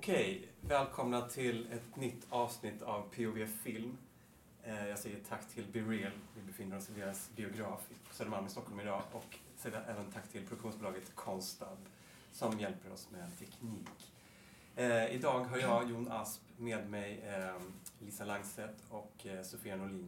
Okej, välkomna till ett nytt avsnitt av POV Film. Jag säger tack till Be Real. Vi befinner oss i deras biograf på Södermalm i Stockholm idag. Och säger även tack till produktionsbolaget Konstab som hjälper oss med teknik. Idag har jag, Jon Asp, med mig Lisa Langset och Sofia Norlin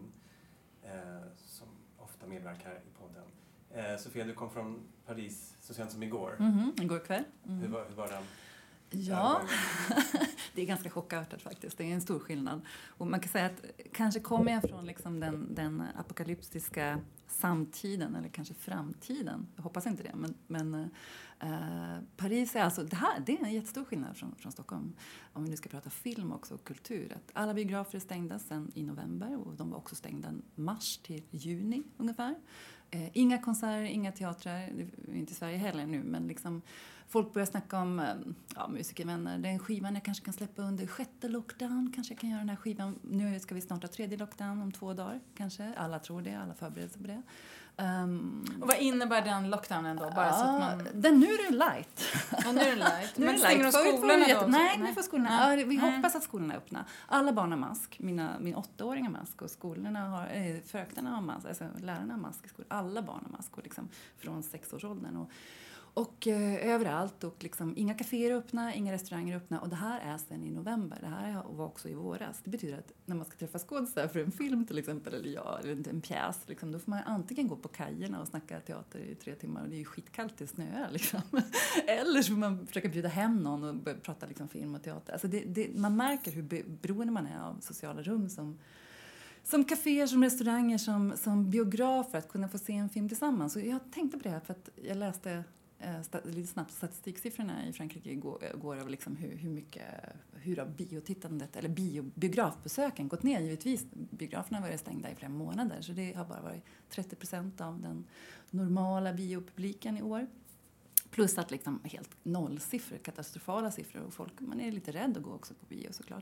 som ofta medverkar i podden. Sofia, du kom från Paris så sent som igår. Igår kväll. Hur var den? Ja, det är ganska chockartat faktiskt. Det är en stor skillnad. Och man kan säga att kanske kommer jag från liksom den apokalyptiska samtiden eller kanske framtiden. Jag hoppas inte det. Men Paris är alltså, det är en jättestor skillnad från Stockholm. Om vi nu ska prata film också och kultur. Att alla biografer är stängda sedan i november och de var också stängda mars till juni ungefär. Inga konserter, inga teatrar, inte i Sverige heller nu, men liksom folk börjar snacka om musikervänner. Den skivan jag kanske kan släppa under 6:e lockdown. Kanske jag kan göra den här skivan. Nu ska vi snart ha 3:e lockdown om 2 dagar. Kanske. Alla tror det. Alla förbereder sig på det. Och vad innebär den lockdownen då? Bara så att man... Nu är det light. Ja, nu är det light. Men stänger de skolorna då? Nej, nu får skolorna. Ja, vi hoppas att skolorna är öppna. Alla barn har mask. Min 8-åring har mask. Och skolorna har, fröknarna har mask. Alltså lärarna har mask i skolan. Alla barn har mask. Och liksom, från 6-årsåldern. Och överallt. Och liksom, inga kaféer är öppna, inga restauranger är öppna. Och det här är sedan i november. Det här var också i våras. Det betyder att när man ska träffa skådespelare för en film till exempel, eller en pjäs, liksom, då får man antingen gå på kajerna och snacka teater i 3 timmar. Och det är ju skitkallt, det snöar liksom. Eller så får man försöka bjuda hem någon och börja prata liksom, film och teater. Alltså man märker hur beroende man är av sociala rum som kaféer, som restauranger, som biografer, att kunna få se en film tillsammans. Så jag tänkte på det här för att jag läste lite snabbt statistiksiffrorna i Frankrike går över liksom hur har biotittandet eller biografbesöken gått ner. Givetvis, biograferna var stängda i flera månader, så det har bara varit 30% av den normala biopubliken i år. Plus att liksom helt nollsiffror, katastrofala siffror, och man är lite rädd att gå också på bio såklart.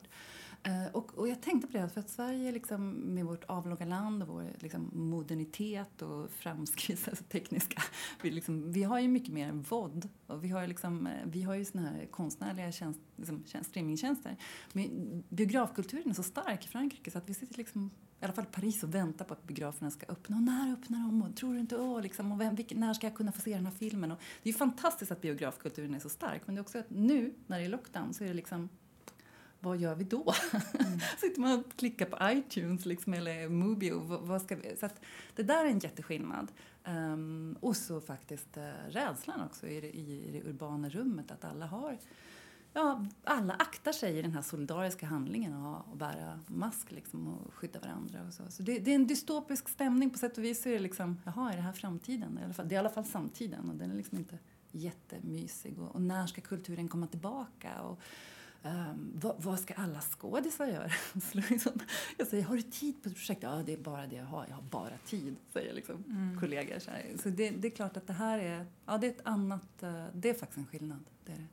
Och jag tänkte på det, för att Sverige liksom, med vårt avlånga land och vår liksom, modernitet och framskrids, alltså tekniska, vi har ju mycket mer än våld. Och vi har ju såna här konstnärliga streamingtjänster. Men biografkulturen är så stark i Frankrike så att vi sitter liksom, i alla fall i Paris, och väntar på att biograferna ska öppna. Och när öppnar de? Och tror du inte? Liksom, och när ska jag kunna få se den här filmen? Och det är ju fantastiskt att biografkulturen är så stark. Men det är också att nu, när det är lockdown, så är det liksom, vad gör vi då? Sitter man och klickar på iTunes liksom, eller Mubi, och vad ska vi? Så att det där är en jätteskillnad. Och så faktiskt rädslan också i det urbana rummet, att alla aktar sig i den här solidariska handlingen och bära mask liksom, och skydda varandra. Och så det är en dystopisk stämning på sätt och vis. Så är det liksom, är det här framtiden? Det är i alla fall samtiden, och den är liksom inte jättemysig. Och när ska kulturen komma tillbaka? Och vad ska alla skådisar göra? Jag säger, har du tid på ett projekt? Ja, det är bara det jag har. Jag har bara tid, säger liksom kollegor. Så det är klart att det här är, det är ett annat, det är faktiskt en skillnad. Det är det.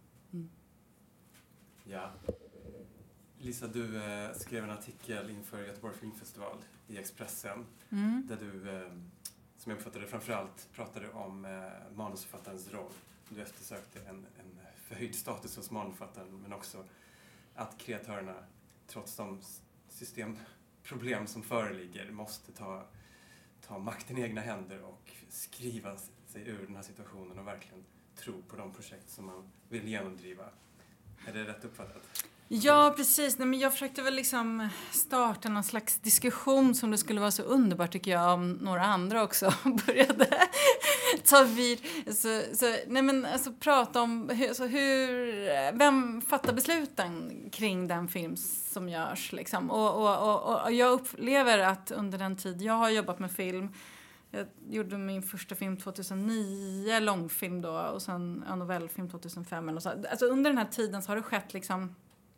Ja. Lisa, du skrev en artikel inför Göteborg Filmfestival i Expressen där du, som jag uppfattade framförallt, pratade om manusförfattarens roll. Du eftersökte en förhöjd status hos manusförfattaren, men också att kreatörerna, trots de systemproblem som föreligger, måste ta makten i egna händer och skriva sig ur den här situationen och verkligen tro på de projekt som man vill genomdriva. Är det rätt uppfattat? Ja, precis. Nej, men jag försökte väl liksom starta någon slags diskussion som det skulle vara så underbart, tycker jag, om några andra också började ta vid. Prata om vem fattar besluten kring den film som görs. Liksom. Och jag upplever att under den tid jag har jobbat med film, jag gjorde min första film 2009, långfilm då, och sen en novellfilm 2005. Eller så. Alltså under den här tiden så har det skett liksom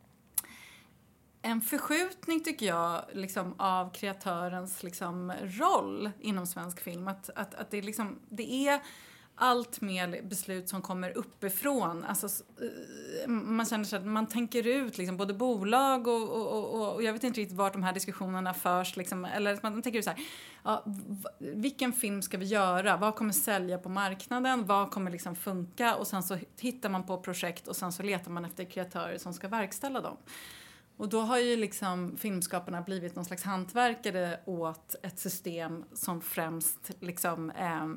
en förskjutning, tycker jag, liksom, av kreatörens liksom, roll inom svensk film. Att det, liksom, det är allt mer beslut som kommer uppifrån. Alltså, man känner sig att man tänker ut liksom, både bolag och jag vet inte riktigt vart de här diskussionerna förs. Liksom, eller man tänker ut så här, ja, vilken film ska vi göra? Vad kommer sälja på marknaden? Vad kommer liksom funka? Och sen så hittar man på projekt och sen så letar man efter kreatörer som ska verkställa dem. Och då har ju liksom filmskaparna blivit någon slags hantverkare åt ett system som främst liksom,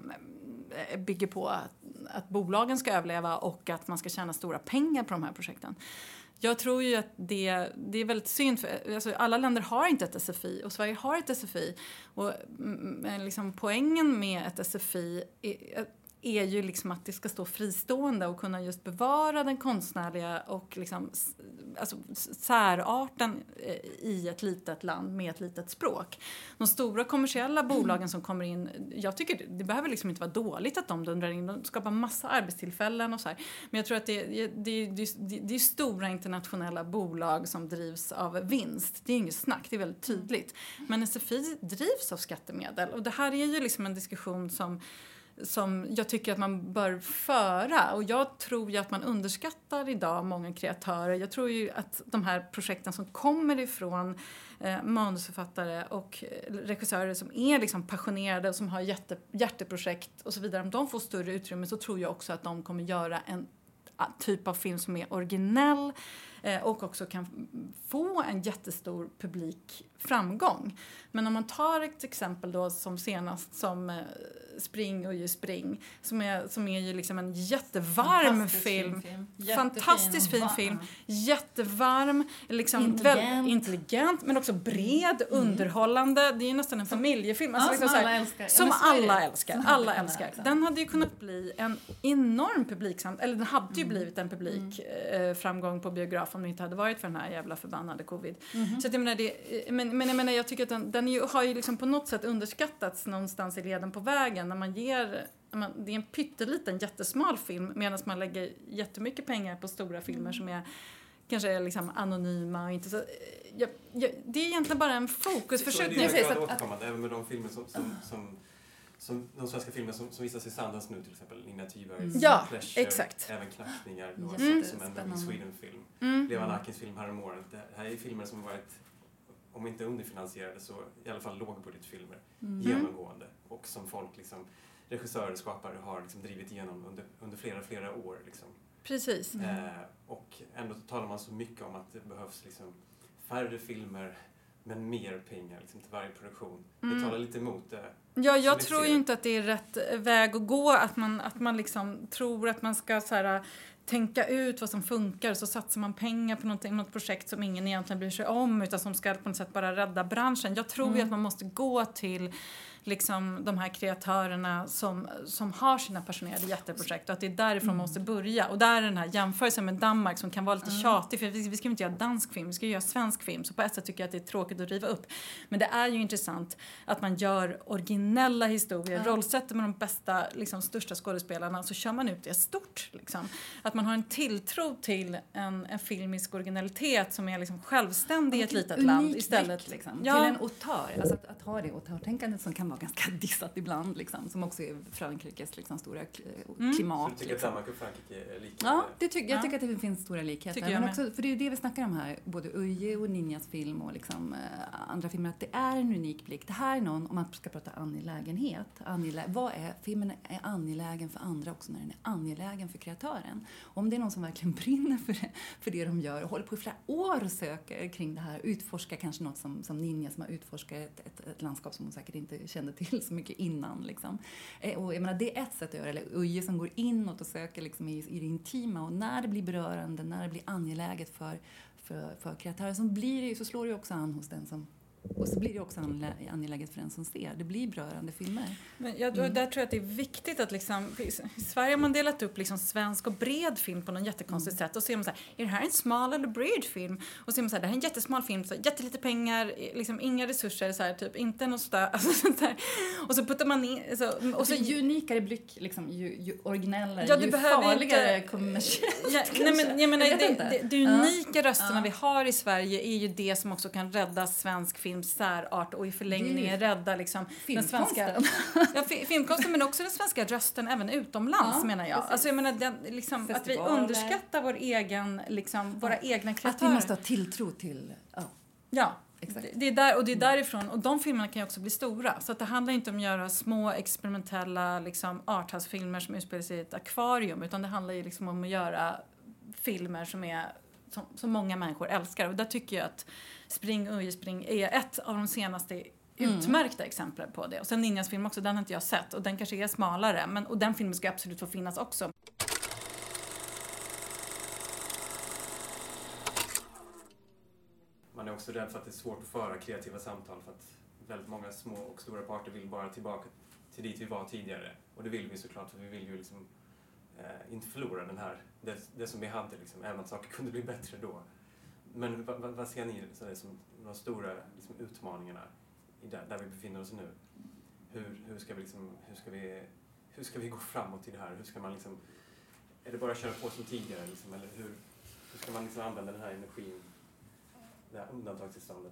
bygger på att bolagen ska överleva och att man ska tjäna stora pengar på de här projekten. Jag tror ju att det är väldigt synd, för alltså, alla länder har inte ett SFI och Sverige har ett SFI. Och liksom, poängen med ett SFI är ju liksom att det ska stå fristående och kunna just bevara den konstnärliga och liksom, alltså, särarten i ett litet land med ett litet språk. De stora kommersiella bolagen som kommer in, jag tycker det behöver liksom inte vara dåligt att de dundrar in, de skapar massa arbetstillfällen och så här. Men jag tror att det är stora internationella bolag som drivs av vinst. Det är inget snack, det är väldigt tydligt. Men SFI drivs av skattemedel och det här är ju liksom en diskussion som jag tycker att man bör föra. Och jag tror ju att man underskattar idag många kreatörer. Jag tror ju att de här projekten som kommer ifrån manusförfattare och regissörer som är liksom passionerade och som har hjärteprojekt och så vidare. Om de får större utrymme så tror jag också att de kommer göra en typ av film som är originell och också kan få en jättestor publikframgång. Men om man tar ett exempel då som senast som Spring och ju Spring som är ju liksom en jättevarm film. Fantastiskt fin film. Jättevarm, liksom väldigt intelligent men också bred, underhållande. Det är ju nästan en familjefilm. Alltså, liksom som alla älskar. Alla älskar. Den hade ju kunnat bli en enorm eller den hade ju blivit en publikframgång på biograf om det inte hade varit för den här jävla förbannade covid. Så att jag menar, jag tycker att den har ju liksom på något sätt underskattats någonstans i leden på vägen när man ger, det är en pytteliten jättesmal film medan man lägger jättemycket pengar på stora filmer som är kanske är liksom anonyma och inte så. Det är egentligen bara en fokusförskjutning. Det är återkommande även med de filmer som de svenska filmer som visas i Sundance nu till exempel, Nina Tybergs Pleasure, exakt. Även Knackningar som en Sweden-film. Levan Akins film häromåret. Det här är filmer som varit, om inte underfinansierade så i alla fall lågbudgetfilmer genomgående och som folk liksom, regissörer, skapare har liksom drivit igenom under flera år liksom. Precis. Och ändå talar man så mycket om att det behövs liksom färre filmer men mer pengar liksom, till varje produktion. Det talar lite emot det. Ja, jag tror ju inte att det är rätt väg att gå. Att man liksom tror att man ska så här, tänka ut vad som funkar och så satsar man pengar på något projekt som ingen egentligen bryr sig om utan som ska på något sätt bara rädda branschen. Jag tror ju att man måste gå till liksom de här kreatörerna som har sina passionerade jätteprojekt och att det är därifrån man måste börja. Och där är den här jämförelsen med Danmark som kan vara lite tjatig för vi ska inte göra dansk film, vi ska göra svensk film. Så på ett sätt tycker jag att det är tråkigt att riva upp. Men det är ju intressant att man gör originella historier, rollsätter med de bästa, liksom, största skådespelarna så kör man ut det stort. Liksom. Att man har en tilltro till en filmisk originalitet som är liksom självständig i ett litet land istället. Liksom. Till en auteur, alltså att ha det auteurtänkandet som kan vara ganska dissat ibland, liksom, som också är Frankrikes liksom, stora klimat. Så du tycker att Danmark och Frankrike är lika? Ja, jag tycker att det finns stora likheter. Men också, för det är ju det vi snackar om här, både Uje och Ninjas film och liksom, andra filmer, att det är en unik blick. Det här är någon, om man ska prata angelägenhet, vad är filmen är angelägen för andra också när den är angelägen för kreatören. Om det är någon som verkligen brinner för det de gör och håller på i flera år och söker kring det här, utforskar kanske något som Ninja som har utforskat ett landskap som hon säkert inte kände till så mycket innan. Liksom. Och jag menar, det är ett sätt att göra, eller Uje som går inåt och söker liksom i det intima och när det blir berörande, när det blir angeläget för kreatören så slår det också an hos den som. Och så blir det också angeläget för den som ser. Det blir berörande filmer. Men där tror jag att det är viktigt att liksom, i Sverige har man delat upp liksom svensk och bred film på något jättekonstigt sätt. Och så ser man så här, är det här en smal eller bred film? Och så ser man så här, det här är en jättesmal film, så jättelite pengar, liksom inga resurser, så här, typ inte något stöd. Alltså, sånt där. Och så puttar man in. Och så ju unikare blick, liksom, ju originellare, ju farligare kommersiellt. Jag menar, det unika rösterna vi har i Sverige är ju det som också kan rädda svensk film films särart och i förlängningen rädda liksom den svenska filmkonsten, men också den svenska rösten även utomlands, menar jag. Precis. Alltså jag menar liksom, att vi underskattar vår egen, liksom, våra egna kreatörer. Att vi måste ha tilltro till... Ja. Exakt. Det är där, och det är därifrån, och de filmerna kan ju också bli stora, så att det handlar inte om att göra små experimentella liksom arthouse-filmer som utspelar sig i ett akvarium, utan det handlar ju liksom om att göra filmer som många människor älskar, och där tycker jag att Spring Uje Spring är ett av de senaste utmärkta exempel på det. Och sen Ninjas film också, den har inte jag sett, och den kanske är smalare, och den filmen ska absolut få finnas också. Man är också rädd för att det är svårt att föra kreativa samtal, för att väldigt många små och stora parter vill bara tillbaka till dit vi var tidigare. Och det vill vi såklart, för vi vill ju liksom inte förlora den här, det som vi hade, liksom, även att saker kunde bli bättre då. Men vad ser ni som de stora liksom, utmaningarna där vi befinner oss nu? Hur ska vi gå framåt i det här? Hur ska man liksom, är det bara att köra på som tidigare, liksom, eller hur ska man liksom använda den här energin, det här undantagstillståndet?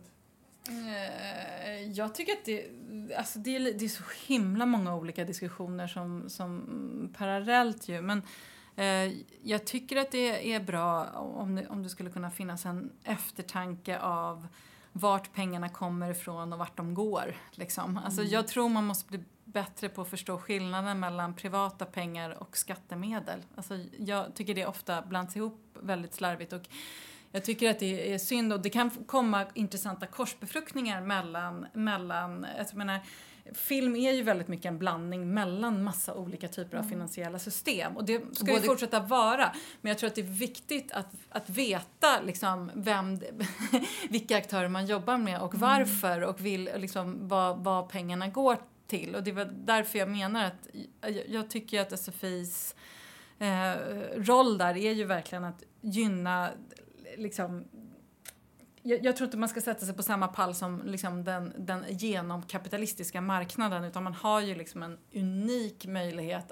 Jag tycker att det är så himla många olika diskussioner som parallellt ju, men jag tycker att det är bra om det skulle kunna finnas en eftertanke av vart pengarna kommer ifrån och vart de går. Liksom. Alltså, jag tror man måste bli bättre på att förstå skillnaden mellan privata pengar och skattemedel. Alltså, jag tycker det ofta blandas ihop väldigt slarvigt, och jag tycker att det är synd, och det kan komma intressanta korsbefruktningar mellan jag menar, film är ju väldigt mycket en blandning mellan massa olika typer av finansiella system, och det ska ju fortsätta vara, men jag tror att det är viktigt att veta liksom vilka aktörer man jobbar med och varför, och liksom vad pengarna går till, och det var därför jag menar att jag tycker att SFIs roll där är ju verkligen att gynna liksom, jag tror inte man ska sätta sig på samma pall som liksom den genomkapitalistiska marknaden, utan man har ju liksom en unik möjlighet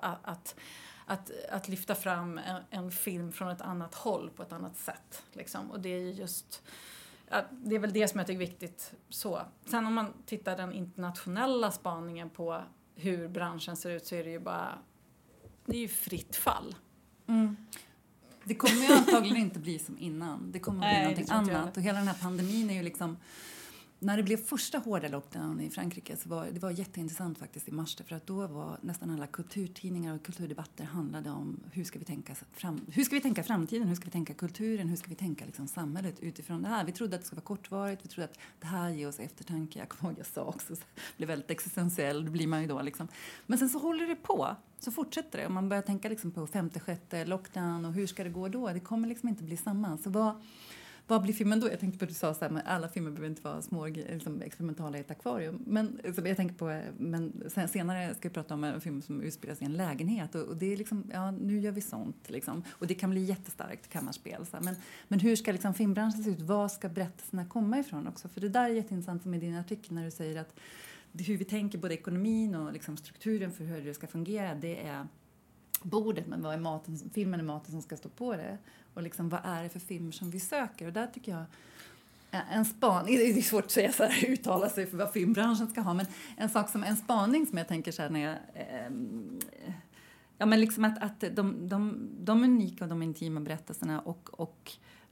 att lyfta fram en film från ett annat håll på ett annat sätt. Liksom. Och det är ju just, det är väl det som jag tycker är viktigt. Så. Sen om man tittar den internationella spaningen på hur branschen ser ut, så är det ju bara, det är ju fritt fall. Det kommer ju antagligen inte bli som innan. Det kommer att bli någonting annat. Och hela den här pandemin är ju liksom... När det blev första hårda lockdown i Frankrike så var jätteintressant faktiskt i mars. För att då var nästan alla kulturtidningar och kulturdebatter handlade om hur ska vi tänka framtiden, hur ska vi tänka kulturen, hur ska vi tänka liksom samhället utifrån det här. Vi trodde att det skulle vara kortvarigt, vi trodde att det här ger oss eftertanke. Jag kommer ihåg, jag sa också, det blev väldigt existentiell, det blir man ju då liksom. Men sen så håller det på, så fortsätter det. Och man börjar tänka liksom på 5:e, 6:e lockdown och hur ska det gå då? Det kommer liksom inte bli samma. Så vad blir filmen då? Jag tänkte på att du sa så här, men alla filmer behöver inte vara små liksom, experimentala i ett akvarium. Men jag tänkte på, men senare ska vi prata om en film som utspelas i en lägenhet. Och det är liksom, ja, nu gör vi sånt liksom. Och det kan bli jättestarkt kammarspel. Så här. Men hur ska liksom filmbranschen se ut? Vad ska berättelserna komma ifrån också? För det där är jätteintressant med din artikel när du säger att hur vi tänker både ekonomin och liksom strukturen för hur det ska fungera, det är bordet, men vad är maten, filmen är maten som ska stå på det. Och liksom, vad är det för film som vi söker? Och där tycker jag en spaning, det är svårt att säga så här, uttala sig för vad filmbranschen ska ha, men en spaning som jag tänker så här när jag ja men liksom att de unika och de intima berättelserna och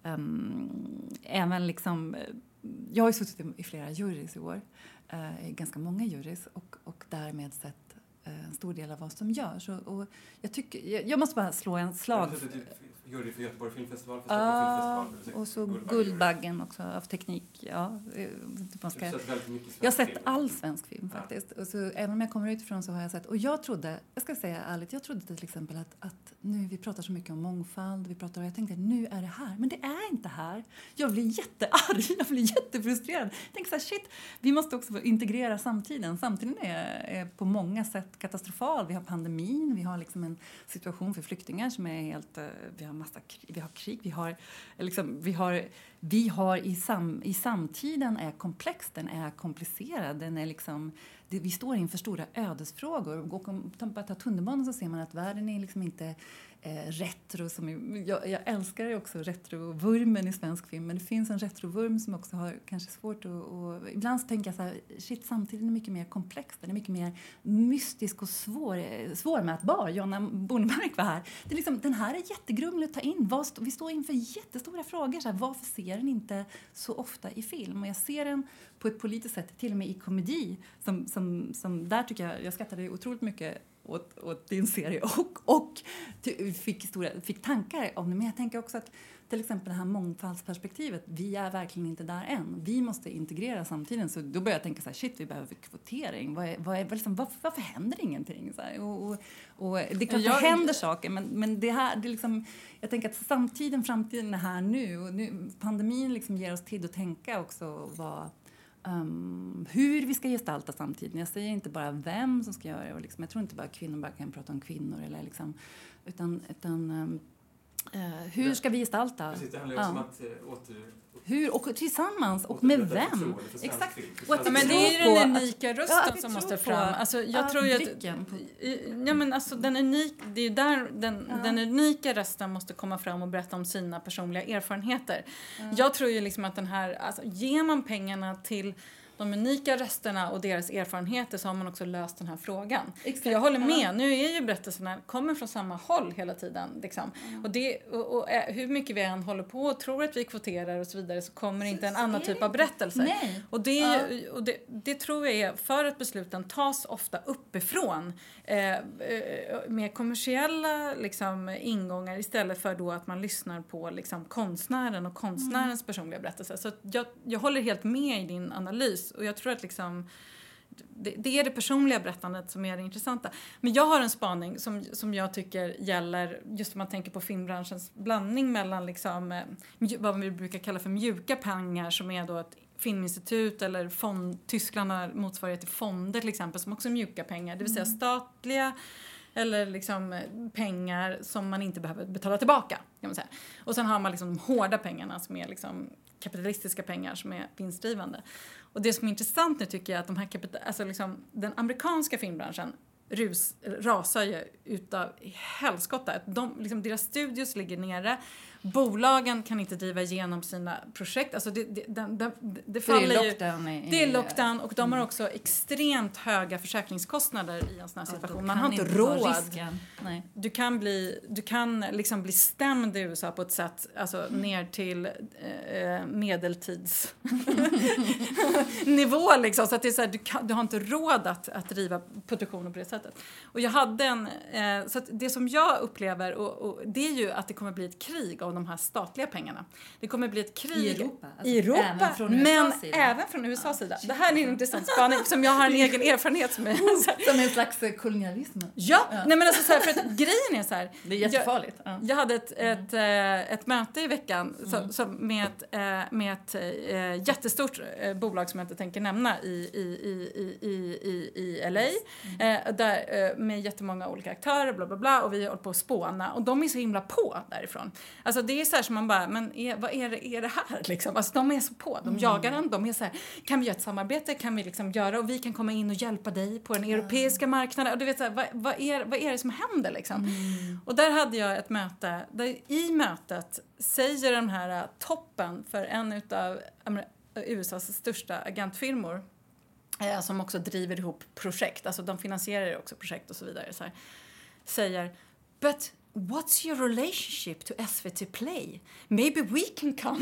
även liksom, jag har ju suttit i flera jurys i år, ganska många jurys och därmed sett en stor del av vad som görs. Och jag tycker, jag måste bara slå en slag. Jury för Göteborg Filmfestival, för Stockholm Filmfestival. Och så Guldbaggen också av teknik. Ja, jag har sett all svensk film faktiskt. Och så, även om jag kommer utifrån så har jag sett. Och jag trodde till exempel att nu vi pratar så mycket om mångfald. Jag tänkte jag tänkte nu är det här. Men det är inte här. Jag blir jättearg. Jag blir jättefrustrerad. Jag tänkte så här, shit, vi måste också integrera samtiden. Samtiden är på många sätt katastrofal. Vi har pandemin. Vi har liksom en situation för flyktingar som är helt... Vi har krig, i samtiden är komplex, den är komplicerad, den är liksom, vi står inför stora ödesfrågor. Och om man bara tar tunnelbanan så ser man att världen är liksom inte retro. Jag älskar också retrovurmen i svensk film, men det finns en retrovurm som också har kanske svårt att ibland så tänker jag så här, shit, samtidigt är mycket mer komplex, den är mycket mer mystisk och svårmätbar. Jonna Bornemark var här. Det är liksom, den här är jättegrumlig att ta in. Vi står inför jättestora frågor. Så här, varför ser den inte så ofta i film? Och jag ser den på ett politiskt sätt, till och med i komedi. Som där tycker jag skrattade otroligt mycket åt din serie och fick tankar om det. Men jag tänker också att till exempel det här mångfaldsperspektivet, vi är verkligen inte där än. Vi måste integrera samtiden. Så då börjar jag tänka så här, shit, vi behöver kvotering. Varför händer ingenting? Så här, och det kanske händer saker, men det här, det liksom, jag tänker att framtiden är här nu. Och nu, pandemin liksom ger oss tid att tänka också hur vi ska gestalta samtiden. Jag säger inte bara vem som ska göra det. Och liksom, jag tror inte bara kvinnor bara kan prata om kvinnor. Eller liksom, utan hur ska vi gestalta? Precis, det handlar ju också om att hur och tillsammans och med vem? Exakt. Men det är ju den unika rösten som måste fram. Alltså jag tror ju att den unika rösten måste komma fram och berätta om sina personliga erfarenheter. Jag tror ju liksom att den här, alltså, ger man pengarna till de unika rösterna och deras erfarenheter, så har man också löst den här frågan. Exakt. För jag håller med, nu är ju berättelserna kommer från samma håll hela tiden. Liksom. Och hur mycket vi än håller på och tror att vi kvoterar och så vidare, så kommer inte en annan typ av berättelser. Nej. Och det tror jag är för att besluten tas ofta uppifrån med kommersiella liksom, ingångar, istället för då att man lyssnar på liksom, konstnären och konstnärens personliga berättelser. Så jag håller helt med i din analys. Och jag tror att liksom, det är det personliga berättandet som är det intressanta. Men jag har en spaning som jag tycker gäller, just om man tänker på filmbranschens blandning mellan liksom, vad vi brukar kalla för mjuka pengar, som är då ett filminstitut eller Tyskland har motsvarighet till fonder till exempel, som också är mjuka pengar. Det vill säga statliga eller liksom pengar som man inte behöver betala tillbaka, kan man säga. Och sen har man liksom de hårda pengarna som är liksom kapitalistiska pengar som är vinstdrivande. Och det som är intressant nu tycker jag att de här alltså liksom, den amerikanska filmbranschen rasar ju utav helskotta. Liksom, deras studios ligger nere. Bolagen kan inte driva igenom sina projekt. Alltså det faller ju. Det är lockdown och de har också extremt höga försäkringskostnader i en sån här situation. Man har inte råd. Nej. Du kan liksom bli stämd i USA på ett sätt, alltså ner till medeltids nivå liksom. Så att det är så här, du har inte råd att driva produktioner på det sättet. Och jag hade så att det som jag upplever och det är ju att det kommer bli ett krig av de här statliga pengarna. Det kommer bli ett krig i Europa även från även från USAs sida. Det här är en intressant spaning som jag har en egen erfarenhet som en slags kolonialism. Ja. Nej, men alltså så här, för att grejen är så här. Det är jättefarligt. Jag hade ett möte i veckan med ett jättestort bolag som jag inte tänker nämna i LA. Där, med jättemånga olika aktörer, bla bla bla, och vi håller på att spåna. Och de är så himla på därifrån. Alltså det är så här som man bara, men vad är det här liksom? Alltså de är så på, de jagar den, de är så här, kan vi göra ett samarbete, kan vi liksom göra, och vi kan komma in och hjälpa dig på den europeiska marknaden, och du vet så här, vad är det som händer liksom? Och där hade jag ett möte, där i mötet säger den här toppen för en utav USAs största agentfirmor, som också driver ihop projekt, alltså de finansierar också projekt och så vidare, så här, säger, but what's your relationship to SVT Play? Maybe we can come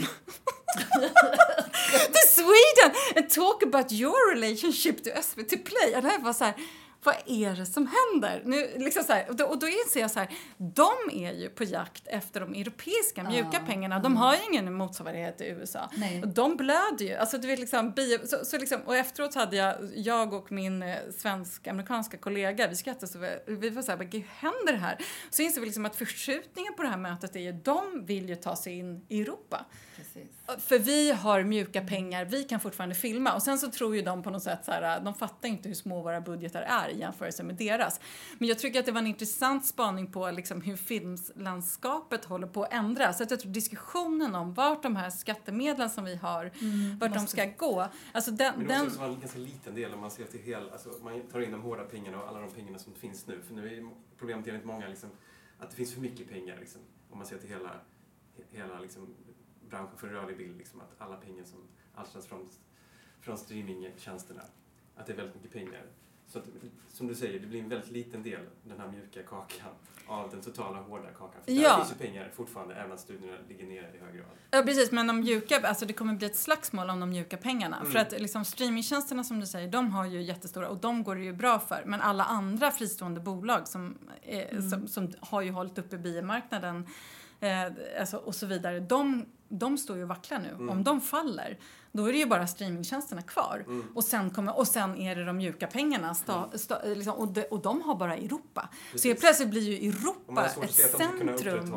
to Sweden and talk about your relationship to SVT Play. Och det här var så här, vad är det som händer? Nu, liksom så här, och då inser jag så här, de är ju på jakt efter de europeiska mjuka pengarna. De har ju ingen motsvarighet i USA. Nej. Och de blöder ju. Alltså, du vet, liksom, så liksom, och efteråt hade jag och min svensk-amerikanska kollega, vi skrattade så vi var så här, vad händer det här? Så inser vi liksom att förskjutningen på det här mötet är ju, de vill ju ta sig in i Europa. Precis. För vi har mjuka pengar, vi kan fortfarande filma. Och sen så tror ju de på något sätt så här, de fattar inte hur små våra budgetar är i jämförelse med deras. Men jag tycker att det var en intressant spaning på liksom hur filmlandskapet håller på att ändras. Så att jag tror diskussionen om vart de här skattemedlen som vi har, vart de ska gå. Alltså men det måste också vara en ganska liten del om man ser till hela, alltså man tar in de hårda pengarna och alla de pengarna som finns nu. För nu är problemet enligt många liksom, att det finns för mycket pengar liksom, om man ser till hela liksom, branschen för rörlig bild. Liksom, att alla pengar som alstras från streamingtjänsterna, att det är väldigt mycket pengar. Så att, som du säger, det blir en väldigt liten del, den här mjuka kakan, av den totala hårda kakan. För där finns ju pengar fortfarande, även att studierna ligger ner i hög grad. Ja, precis. Men de mjuka, alltså det kommer bli ett slagsmål om de mjuka pengarna. För att liksom, streamingtjänsterna som du säger, de har ju jättestora, och de går det ju bra för. Men alla andra fristående bolag som har ju hållit uppe biomarknaden alltså, och så vidare, de står ju och vacklar nu. Om de faller, då är det ju bara streamingtjänsterna kvar. Och sen är det de mjuka pengarna liksom, och de har bara Europa. Precis. Så plötsligt blir ju Europa ett centrum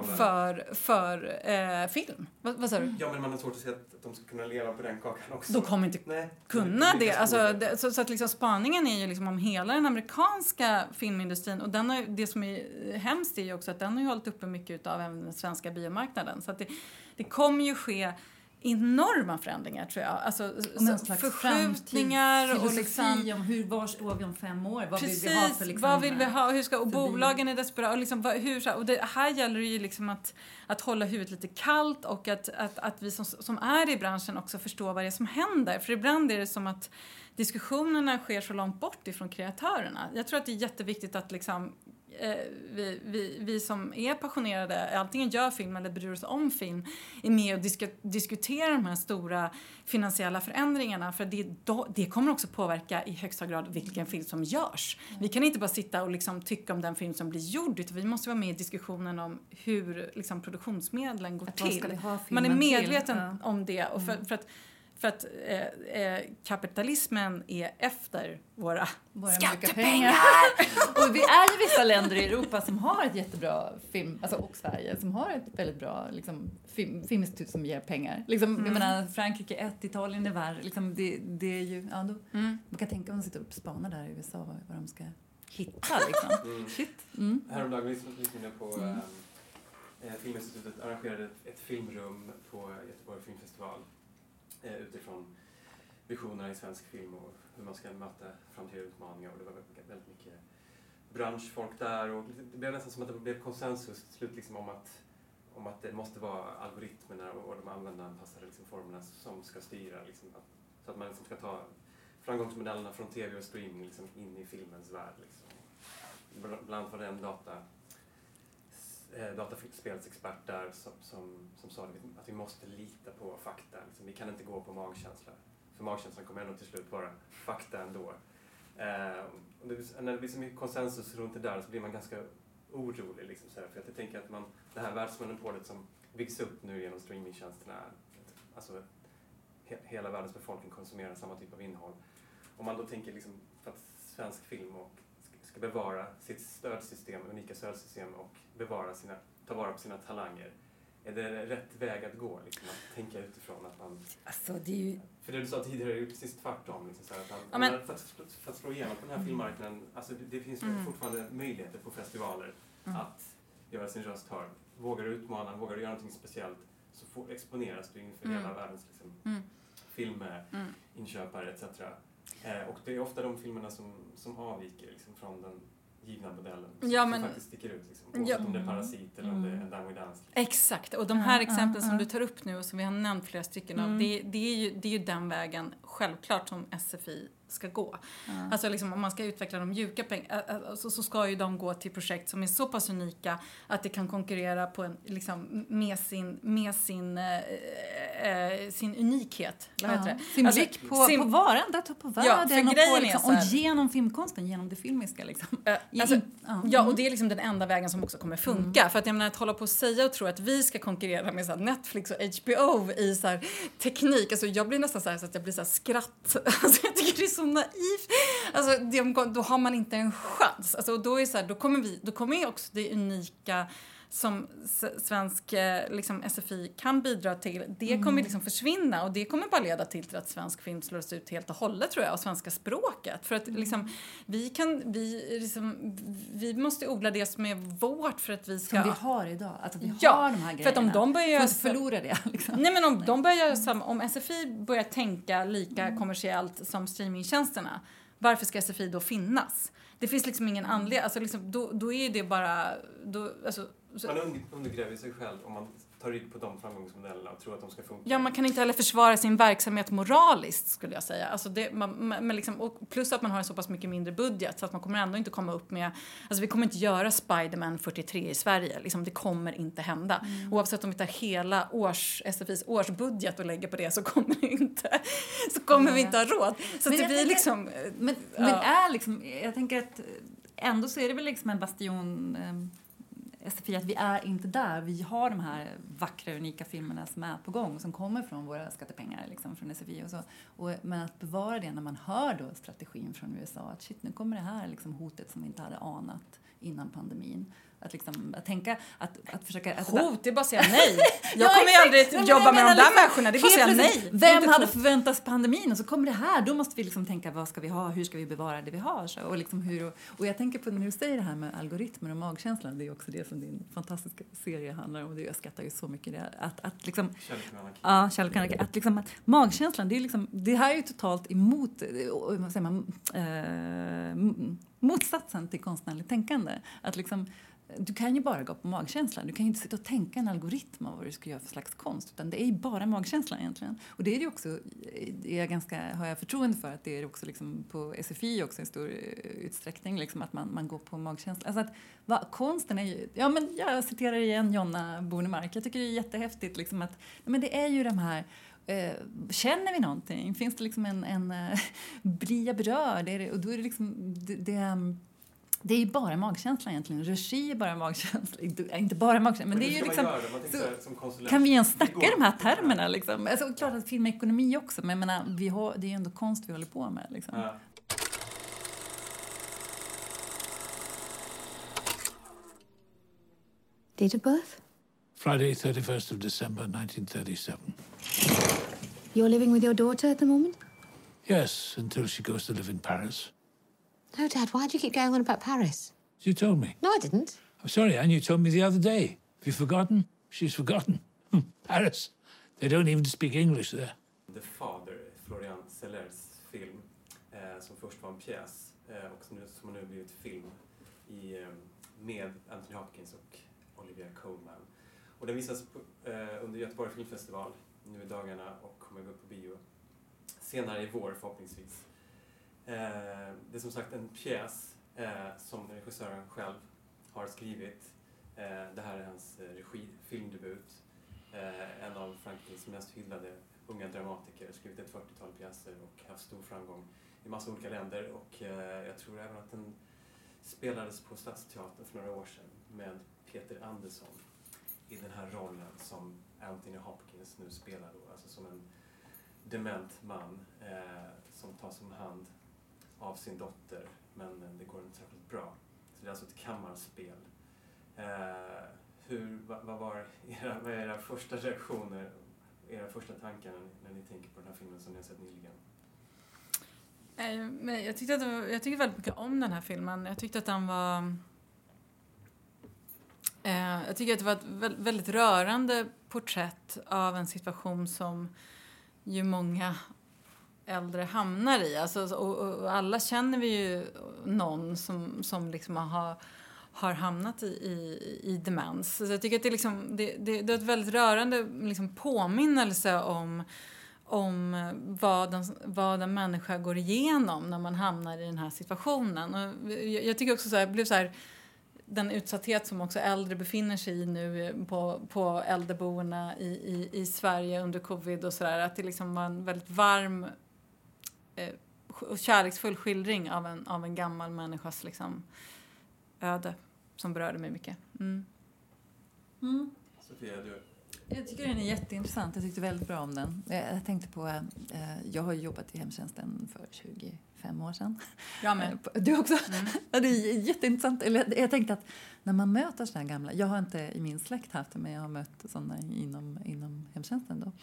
för film. Vad sa du? Ja, men man har svårt att se att de ska kunna leva på den kakan också. De kommer inte kunna det. Alltså, så att liksom, spaningen är ju liksom om hela den amerikanska filmindustrin, och det som är hemskt är ju också att den har ju hållit uppe mycket av även den svenska biomarknaden. Så att det kommer ju ske enorma förändringar, tror jag. Alltså förskjutningar och liksom var står vi om 5 år? Vad precis, vill vi ha för liksom, vad vill vi ha? Hur ska, och bolagen är desperata. Och liksom, och det här gäller ju liksom att hålla huvudet lite kallt, och att vi som är i branschen också förstår vad det är som händer. För ibland är det som att diskussionerna sker så långt bort ifrån kreatörerna. Jag tror att det är jätteviktigt att liksom vi som är passionerade, antingen gör film eller bryr oss om film, är med och diskuterar de här stora finansiella förändringarna, för det kommer också påverka i högsta grad vilken film som görs. Vi kan inte bara sitta och liksom tycka om den film som blir gjord, utan vi måste vara med i diskussionen om hur liksom produktionsmedlen går till. Man är medveten om det, och för att kapitalismen är efter våra skattepengar. Och vi är ju vissa länder i Europa som har ett jättebra film, alltså, och Sverige som har ett väldigt bra liksom, filminstitut som ger pengar. Liksom, jag menar, Frankrike 1, Italien är värre. Liksom, det är ju, ja, man kan tänka om de sitter och spanar där i USA vad de ska hitta. Liksom. Häromdagen lyssnade jag på Filminstitutet arrangerade ett filmrum på Göteborg Filmfestival. Utifrån visionerna i svensk film och hur man ska möta framtida utmaningar, och det var väldigt mycket branschfolk där, och det blev nästan som att det blev konsensus till slut liksom om att det måste vara algoritmerna och de användaranpassade liksom formerna som ska styra liksom, så att man liksom ska ta framgångsmodellerna från tv och streaming liksom in i filmens värld liksom. Bland annat var det en dataspelsexpert där som sa att vi måste lita på fakta. Liksom, vi kan inte gå på magkänsla. För magkänslan kommer ändå till slut vara fakta ändå. Och när det blir så mycket konsensus runt det där så blir man ganska orolig. Liksom, så här, för att jag tänker att det här världsmonopolet som byggs upp nu genom streamingtjänsterna, alltså hela världens befolkning konsumerar samma typ av innehåll. Om man då tänker liksom, för att svensk film ska bevara sitt stödsystem, unika stödsystem, och ta vara på sina talanger. Är det rätt väg att gå? Liksom, att tänka utifrån att man... Alltså, det är ju... För det du sa tidigare är ju precis tvärtom. Liksom, så här, för att slå igenom på den här filmmarknaden, alltså, det finns fortfarande möjligheter på festivaler att göra sin röst hörd. Vågar du utmana, vågar du göra någonting speciellt, så exponeras du inför hela världens liksom, filminköpare etc. Och det är ofta de filmerna som avviker liksom, från den givna modellen som faktiskt sticker ut. Liksom, oavsett om det är Parasit eller om det är en Down with Dance. Exakt, och de här exemplen som du tar upp nu och som vi har nämnt flera stycken av, det är ju den vägen självklart som SFI ska gå. Alltså liksom, om man ska utveckla de mjuka pengarna så ska ju de gå till projekt som är så pass unika att det kan konkurrera på en, liksom, med sin unikhet. Sin blick på varandra, på världen och genom filmkonsten, genom det filmiska. Liksom. Och det är liksom den enda vägen som också kommer funka. För att jag menar, att hålla på och säga och tro att vi ska konkurrera med så här, Netflix och HBO i så här, teknik. Alltså, jag blir nästan så här, så att jag blir så här skratt. Alltså, jag tycker det är så naivt. Alltså, då har man inte en chans. Alltså, då är så här, då kommer också det unika som svensk liksom SFI kan bidra till, det kommer liksom försvinna, och det kommer bara leda till att svensk film slås ut helt och hållet, tror jag, och svenska språket. För att liksom, vi måste odla det som är vårt för att vi ska... Som vi har idag, alltså vi Ja, har de här grejerna. för att om de börjar förlora det liksom. Nej, men om de börjar om SFI börjar tänka lika kommersiellt som streamingtjänsterna, varför ska SFI då finnas? Det finns liksom ingen anledning, alltså liksom, då är det bara man undergräver sig själv om man tar rygg på de framgångsmodellerna och tror att de ska funka. Ja, man kan inte heller försvara sin verksamhet moraliskt, skulle jag säga. Alltså men liksom, och plus att man har en så pass mycket mindre budget så att man kommer ändå inte komma upp med... Alltså vi kommer inte göra Spider-Man 43 i Sverige. Liksom, det kommer inte hända. Oavsett om vi tar hela SFIs årsbudget och lägger på det, så kommer vi inte ha råd. Så det blir liksom... Men är liksom... Jag tänker att ändå så är det väl liksom en bastion... SFI, att vi är inte där. Vi har de här vackra, unika filmerna som är på gång, som kommer från våra skattepengar, liksom, från SFI och så. Men att bevara det när man hör då strategin från USA, att shit, nu kommer det här liksom hotet som vi inte hade anat innan pandemin. Att tänka, att försöka... Hot, det är bara att säga nej. Jag kommer ju aldrig jobba med de där människorna, det är bara att säga nej. Vem hade förväntats pandemin? Och så kommer det här, då måste vi liksom tänka, vad ska vi ha? Hur ska vi bevara det vi har? Så, och, liksom och jag tänker på när du säger det här med algoritmer och magkänslan, det är också det som din fantastiska serie handlar om, och jag skrattar ju så mycket det. Att liksom... Kärlek, att liksom att magkänslan, det är liksom, det här är ju totalt emot, vad säger man, motsatsen till konstnärligt tänkande. Att liksom, du kan ju bara gå på magkänslan. Du kan ju inte sitta och tänka en algoritm av vad du ska göra för slags konst. Utan det är ju bara magkänslan egentligen. Och det är det också, har jag förtroende för, att det är också liksom på SFI också i stor utsträckning. Liksom att man går på magkänslan. Alltså att konsten är ju... Ja, men jag citerar igen Jonna Bornemark. Jag tycker det är jättehäftigt liksom att... Men det är ju de här... känner vi någonting? Finns det liksom en blir jag berörd? Och då är det liksom... Det är ju bara magkänslan egentligen. Regi är bara magkänsla. Inte bara magkänsla. Men det är ju liksom... Kan vi ens snacka i de här termerna? Liksom? Alltså, klart att filmekonomi också. Men jag menar, det är ju ändå konst vi håller på med. Liksom. Ja. Date of birth? Friday, 31st of December, 1937. You're living with your daughter at the moment? Yes, until she goes to live in Paris. No, Dad, why do you keep going on about Paris? You told me. No, I didn't. I'm sorry, Anne, you told me the other day. Have you forgotten? She's forgotten. Paris. They don't even speak English there. The Father, Florian Sellers film, som först var en pjäs och som nu blivit film med Anthony Hopkins och Olivia Colman. Och den visas under Göteborg Filmfestival nu i dagarna och kommer gå upp på bio senare i vår förhoppningsvis. Det är som sagt en pjäs som regissören själv har skrivit. Det här är hans filmdebut. En av Frankrikes mest hyllade unga dramatiker. Skrivit ett 40-tal pjäser och haft stor framgång i massa olika länder. Och jag tror även att den spelades på Stadsteatern för några år sedan med Peter Andersson i den här rollen som Anthony Hopkins nu spelar då. Alltså som en dement man som tas om hand av sin dotter, men det går inte särskilt bra. Så det är alltså ett kammarspel. Vad var era första reaktioner, era första tankar när ni tänker på den här filmen som ni har sett nyligen? Jag tyckte väldigt mycket om den här filmen. Jag tyckte att den var... jag tycker att det var ett väldigt rörande porträtt av en situation som ju många äldre hamnar i. Alltså, och alla känner vi ju någon som liksom har hamnat i demens. Så jag tycker att det är ett väldigt rörande liksom påminnelse om vad en människa går igenom när man hamnar i den här situationen. Och jag tycker också jag blev så här, den utsatthet som också äldre befinner sig i nu på äldreboendena i Sverige under covid och sådär, att det liksom var en väldigt varm och kärleksfull skildring av en gammal människas liksom öde som berörde mig mycket. Sofia, Jag tycker den är jätteintressant. Jag tyckte väldigt bra om den. Jag tänkte på, jag har jobbat i hemtjänsten för 25 år sedan. Jag med. Du också? Ja, det är jätteintressant. Jag tänkte att när man möter sådana här gamla, jag har inte i min släkt haft det, men jag har mött sådana inom hemtjänsten då.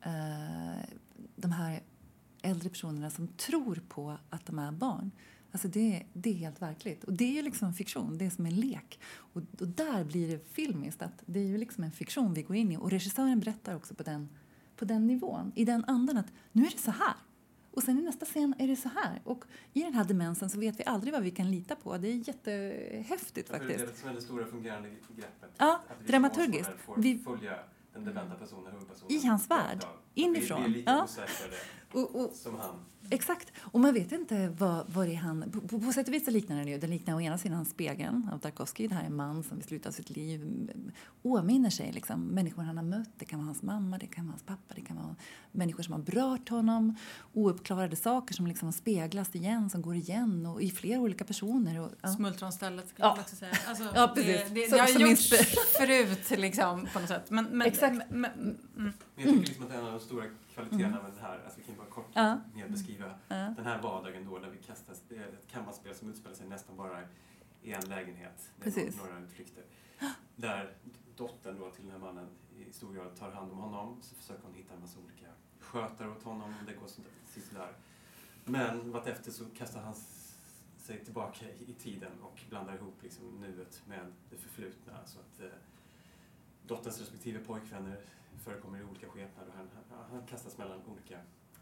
De här äldre personerna som tror på att de är barn. Alltså det är helt verkligt. Och det är ju liksom fiktion, det är som en lek. Och där blir det filmiskt, att det är ju liksom en fiktion vi går in i. Och regissören berättar också på den nivån, i den andan, att nu är det så här. Och sen i nästa scen är det så här. Och i den här demensen så vet vi aldrig vad vi kan lita på. Det är jättehäftigt faktiskt. Det är som är det stora fungerande greppet. Ja, att dramaturgiskt. Vi får följa den dementa personen, huvudpersonen. I hans värld, inifrån. Vi är lite osäkrare som han. Exakt. Och man vet inte vad det är han... På sätt och vis så liknar den ju. Den liknar å ena sidan spegeln av Tarkovsky. Det här är en man som vid slutet av sitt liv åminner sig liksom människor han har mött. Det kan vara hans mamma, det kan vara hans pappa, det kan vara människor som har berört honom. Ouppklarade saker som liksom speglas igen, som går igen och i flera olika personer. Och, ja. Smultronstället skulle jag också säga. Alltså, ja, precis. Det har gjorts förut liksom, på något sätt. Men, exakt. Men jag tycker liksom att en av de stora kvaliteterna med det här, alltså vi kan bara kort mer beskriva den här vardagen då, där vi kastas, det är ett kammarspel som utspelar sig nästan bara i en lägenhet. Det är några utflykter. Där dottern då till den här mannen i stor grad tar hand om honom, så försöker hon hitta en massa olika skötare åt honom, och det går sådär. Men vartefter så kastar han sig tillbaka i tiden och blandar ihop liksom nuet med det förflutna, så att dotterns respektive pojkvänner förekommer i olika skepnader, och han kastas mellan olika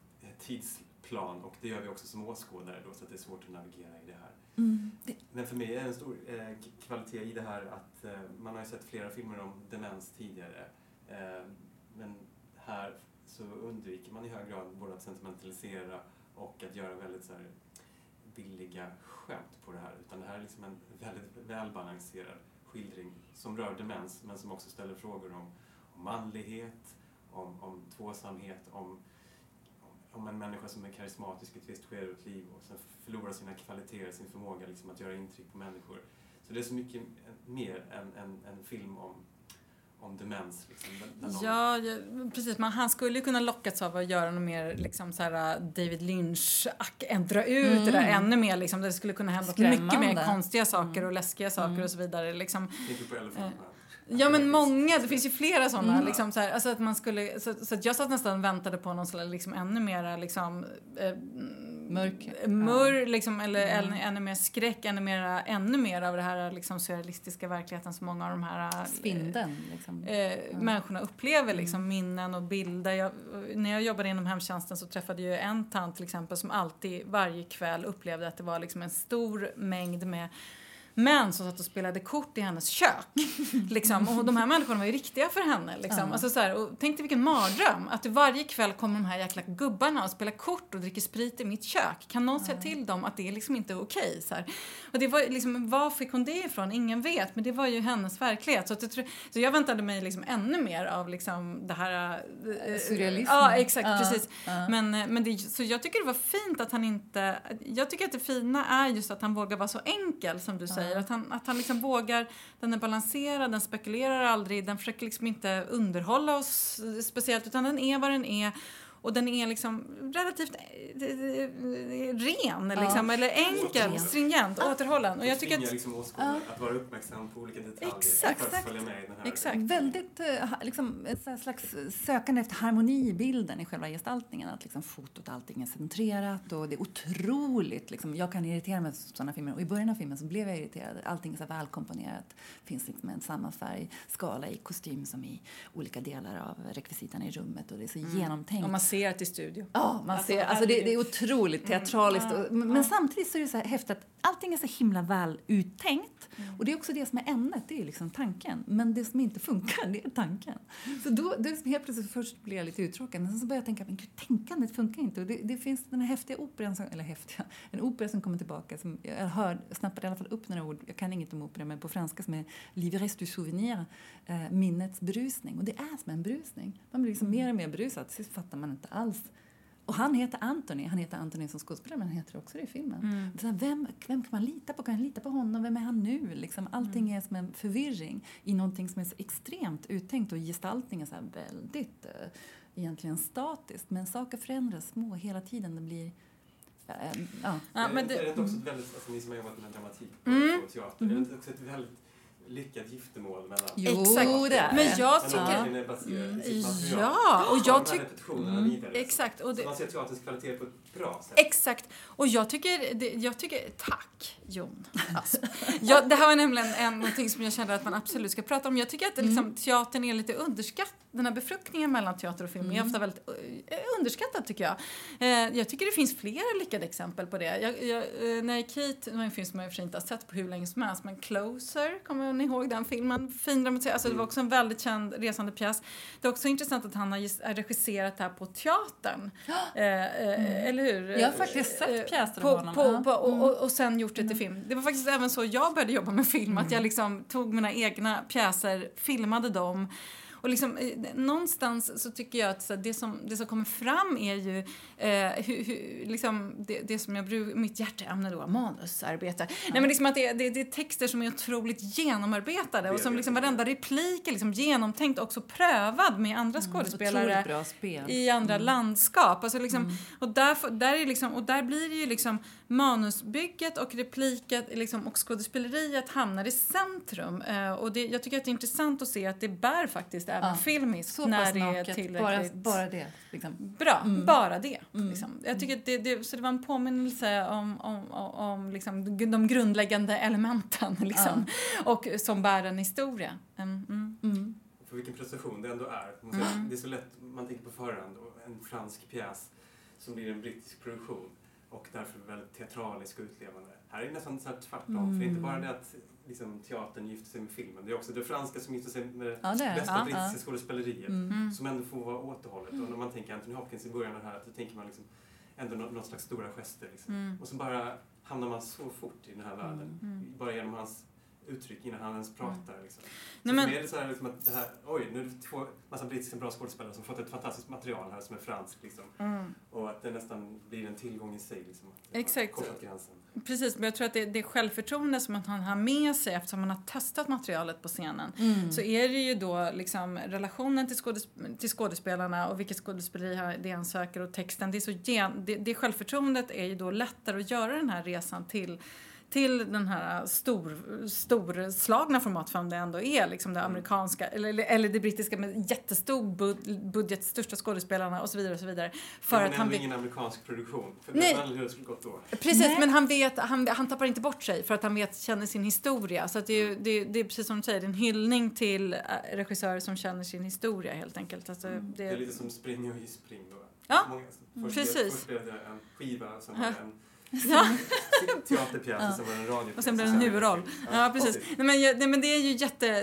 tidsplan, och det gör vi också som åskådare då, så att det är svårt att navigera i det här. Men för mig är en stor kvalitet i det här att man har ju sett flera filmer om demens tidigare, men här så undviker man i hög grad både att sentimentalisera och att göra väldigt så här billiga skämt på det här, utan det här är liksom en väldigt välbalanserad skildring som rör demens, men som också ställer frågor om manlighet, om tvåsamhet, om en människa som är karismatisk i ett visst skede av ett liv och sen förlorar sina kvaliteter, sin förmåga liksom att göra intryck på människor. Så det är så mycket mer än en film om demens. Liksom, ja, precis. Han skulle ju kunna lockats av att göra något mer liksom, så här, David Lynch, dra ut det där ännu mer. Liksom, det skulle kunna hända mycket mer konstiga saker och läskiga saker och så vidare. Liksom. Inte på elefanterna. Ja, men många, det finns ju flera sådana liksom, så här, alltså att man skulle, så att jag satt nästan och väntade på någon slags liksom ännu mer liksom mörk liksom, eller ännu mer skräck, ännu mer av det här liksom surrealistiska verkligheten som många av de här spindeln liksom. Människorna upplever liksom, minnen och bilder. När jag jobbade inom hemtjänsten så träffade jag en tant till exempel som alltid varje kväll upplevde att det var liksom en stor mängd med män som satt och spelade kort i hennes kök. Liksom. Och de här människorna var ju riktiga för henne. Liksom. Alltså, så här, och tänk dig vilken mardröm. Att varje kväll kommer de här jäkla gubbarna och spelar kort och dricker sprit i mitt kök. Kan någon säga till dem att det är liksom inte okej? Så här. Och det var liksom, var fick hon det ifrån? Ingen vet. Men det var ju hennes verklighet. Så jag väntade mig liksom ännu mer av liksom det här... surrealism. Ja, exakt. Precis. Men det, så jag tycker det var fint att han inte... Jag tycker att det fina är just att han vågar vara så enkel som du säger. Att han liksom vågar, den är balanserad, den spekulerar aldrig, den försöker liksom inte underhålla oss speciellt, utan den är vad den är. Och den är liksom relativt ren, liksom, eller enkel, stringent, återhållen. Och jag tycker att... liksom att vara uppmärksam på olika detaljer. Exakt. För att följa med i den här. Exakt. Väldigt liksom, ett slags sökande efter harmoni i bilden i själva gestaltningen. Att liksom, fotot, allting är centrerat och det är otroligt. Liksom, jag kan irritera mig på sådana filmer. Och i början av filmen så blev jag irriterad. Allting är så välkomponerat. Det finns liksom en samma färgskala i kostym som i olika delar av rekvisitarna i rummet. Och det är så genomtänkt. Och man ser att det är studio. Ja, man ser. Alltså det är otroligt teatraliskt. Men samtidigt så är det så här häftigt att allting är så himla väl uttänkt. Och det är också det som är ämnet, det är liksom tanken. Men det som inte funkar, det är tanken. Så då helt plötsligt först blir jag lite uttråkad. Men sen så börjar jag tänka, men gud, tänkandet funkar inte. Och det finns den här häftiga operan, en opera som kommer tillbaka. Som jag snappade i alla fall upp några ord. Jag kan inget om opera, men på franska som är l'ivresse du souvenir. Minnets brusning. Och det är som en brusning. Man blir liksom mer och mer brusad. Så fattar man inte alls Och han heter Anthony som skådespelare, men han heter också det i filmen. Så här, vem kan man lita på? Kan jag lita på honom? Vem är han nu? Liksom, allting är som en förvirring i någonting som är så extremt uttänkt, och gestaltningen så här väldigt egentligen statiskt. Men saker förändras små hela tiden. Det blir... Men det är inte också ett väldigt, alltså, ni som har jobbat med dramatik på teater, det är inte också ett väldigt lyckad giftermål mellan... Jo, det är. Men jag tycker... Exakt. Och så man ser teaterns kvalitet på ett bra sätt. Exakt. Och jag tycker tack, Jon. Alltså, det här var nämligen någonting som jag kände att man absolut ska prata om. Jag tycker att liksom, teatern är lite underskattad. Den här befruktningen mellan teater och film är ofta väldigt underskattad, tycker jag. Jag tycker det finns flera lyckade exempel på det. När jag gick hit, det var en film som jag i och för sig inte har sett på hur länge som helst, men Closer, kommer ni ihåg den filmen? Fin dramatik. Alltså, det var också en väldigt känd resande pjäs. Det är också intressant att han har regisserat det här på teatern. Eller hur? Jag har faktiskt sett pjäser av honom. Och sen gjort det till film. Det var faktiskt även så jag började jobba med film. Att jag liksom tog mina egna pjäser, filmade dem. Och liksom, någonstans så tycker jag att så det som kommer fram är ju liksom det som mitt hjärteämne då, manusarbete. Nej, men liksom att det är texter som är otroligt genomarbetade och som liksom varenda replik är liksom genomtänkt och också prövad med andra skådespelare bra spel. I andra landskap. Alltså liksom, och där blir det ju liksom manusbygget och repliket liksom, och skådespeleriet hamnar i centrum. Och jag tycker att det är intressant att se att det bär faktiskt även filmiskt när det är tillräckligt. Bara det. Liksom. Bra, bara det. Liksom. Jag tycker att så det var en påminnelse om liksom, de grundläggande elementen liksom, och som bär en historia. För vilken prestation det ändå är. Det är så lätt, man tänker på förhand, en fransk pjäs som blir en brittisk produktion och därför väldigt teatralisk och utlevande. Här är det nästan så här tvärtom, för det är inte bara det att liksom, teatern gifter sig med filmen. Det är också det franska som gifter sig med bästa brittiska skådespeleriet som ändå får vara återhållet. Och när man tänker Anthony Hopkins i början av det här, så tänker man liksom ändå någon slags stora gester. Liksom. Och så bara hamnar man så fort i den här världen. Bara genom hans uttryck innan han ens pratar. Liksom. Så för mig är det så här liksom att det här, nu är det två massa brittiska bra skådespelare som fått ett fantastiskt material här som är franskt. Liksom. Och att det nästan blir en tillgång i sig. Liksom, exakt. Gränsen. Precis, men jag tror att det självförtroende som att han har med sig eftersom man har testat materialet på scenen. Så är det ju då liksom relationen till skådespelarna och vilket skådespeleri det han söker och texten. Det är så det självförtroendet är ju då lättare att göra den här resan till den här storslagna formatform det ändå är liksom det amerikanska eller det brittiska med jättestor budget, största skådespelarna och så vidare och så vidare. För att han ingen amerikansk produktion. För det hur det skulle gått då. Precis, men han tappar inte bort sig för att han känner sin historia. Så att det är precis som du säger, det är en hyllning till regissörer som känner sin historia helt enkelt. Alltså, det är lite som Spring och Spring då. Ja, precis. Först blev det en skiva som var en teaterpjäs som var en radio. Och sen blev det en huvudroll. Ja, precis. Nej, men det är ju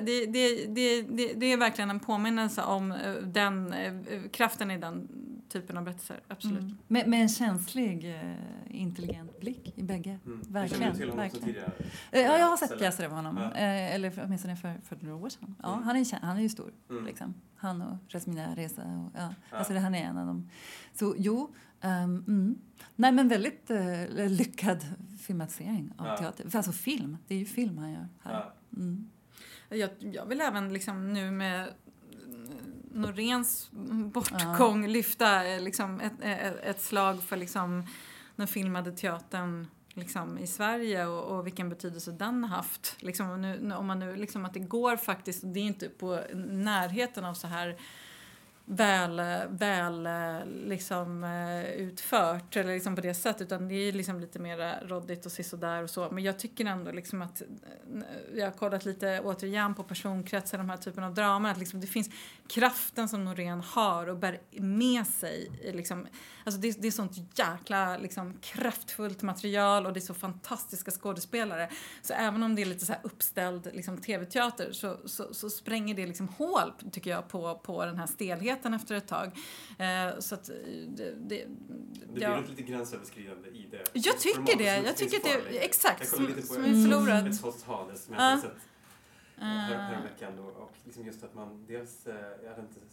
det är verkligen en påminnelse om den kraften i den typen av berättelser. Absolut. Med en känslig, intelligent blick i bägge. Verkligen. Ja, jag har sett pjäser av honom. Eller åtminstone för några år sedan. Ja, han är ju stor. Liksom. Han och Rasmina Reza. Alltså han är en av dem. Så nej, men väldigt lyckad filmatisering av teater. För alltså film, det är ju film han gör här. Jag vill även liksom nu med Noréns bortgång lyfta liksom ett slag för liksom den filmade teatern liksom i Sverige och vilken betydelse den har haft. Liksom, om man nu liksom att det går faktiskt, det är inte på närheten av så här väl liksom utfört eller liksom på det sättet, utan det är liksom lite mer råddigt och sisådär och så, men jag tycker ändå liksom att jag har kollat lite återigen på personkretsar, de här typen av dramer, att liksom det finns kraften som Norén har och bär med sig liksom, alltså det är sånt jäkla liksom kraftfullt material och det är så fantastiska skådespelare, så även om det är lite så här uppställd liksom tv-teater så spränger det liksom hål tycker jag på den här stelheten efter ett tag. Så att det blir lite gränsöverskridande i det. Jag tycker det. Jag tycker att det är exakt som är förlorat. Ett sorts Hades som jag har sett häromveckan då, och liksom just att man dels jag hade inte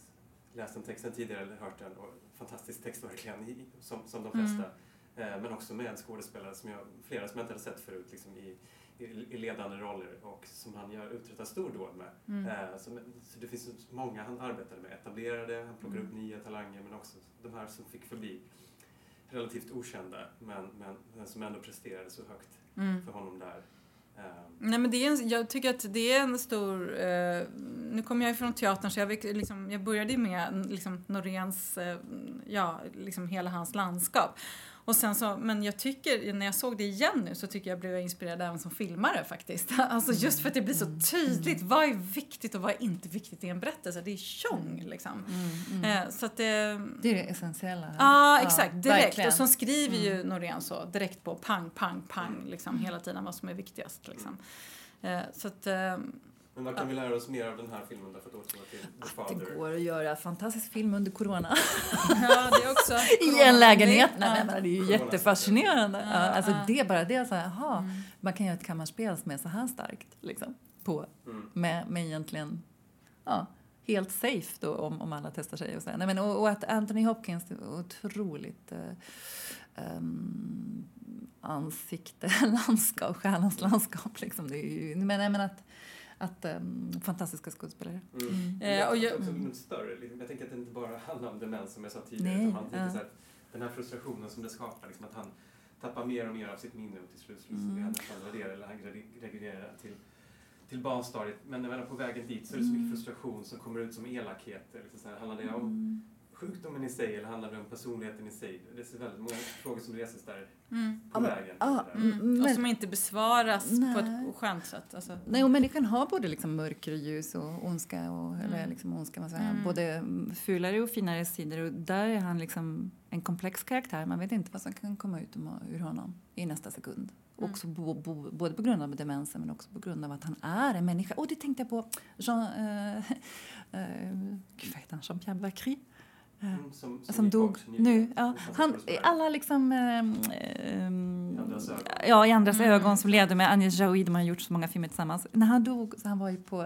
läst den texten tidigare eller hört den. Och fantastisk text verkligen, som de flesta. Men också med skådespelare flera som jag inte hade sett förut liksom i ledande roller och som han uträttar stor dåd med. Så det finns så många han arbetade med, etablerade, han plockar upp nya talanger men också de här som fick förbli relativt okända men som ändå presterade så högt för honom där. Nej, men jag tycker att det är en stor... nu kommer jag från teatern så jag började med liksom, Noréns, liksom hela hans landskap. Och sen så, men jag tycker, när jag såg det igen nu så tycker jag blev inspirerad även som filmare faktiskt. Alltså just för att det blir så tydligt vad är viktigt och vad är inte viktigt i en berättelse. Det är tjong liksom. Så att det är det essentiella. Ja, exakt. Direkt. Verkligen. Och så skriver ju Norén så direkt på pang, pang, pang liksom hela tiden vad som är viktigast liksom. Så att... Men vad kan vi lära oss mer av den här filmen därför att återgå till The Father? Det går att göra fantastisk film under corona. Ja, det är också. I en lägenhet. Nej, men det är ju jättefascinerande. Alltså det är bara det så här, man kan göra ett kammarspel som är så här starkt liksom med egentligen helt safe då om alla testar sig och så. Nej, men och att Anthony Hopkins är otroligt ansikte, landskap, stjärnans landskap liksom. Det är ju men att fantastiska skådespelare. Jag också större. Jag tänker att det inte bara handlar om demens som jag sa tidigare. Utan man tänker så här, den här frustrationen som det skapar, liksom, att han tappar mer och mer av sitt minne och till slut så blir han nästan värderad eller han regredierar till barnstadiet. Men när man är på vägen dit så är det så mycket frustration som kommer ut som elakhet. Liksom så här, handlar det om sjukdomen i sig eller handlar det om personligheten i sig? Det är så väldigt många frågor som reses där på vägen. Och som inte besvaras på ett skönt sätt. Alltså. Nej, och människan har både liksom mörker och ljus och ondska eller liksom ondska, man säger, både fulare och finare sidor, och där är han liksom en komplex karaktär. Man vet inte vad som kan komma ut ur honom i nästa sekund. Också både på grund av demensen men också på grund av att han är en människa. Och det tänkte jag på Jean-Pierre Bacry. Som dog nu. Ja, han, alla liksom i andras ögon som levde med Agnès Jaoui, de har gjort så många filmer tillsammans. När han dog så han var ju på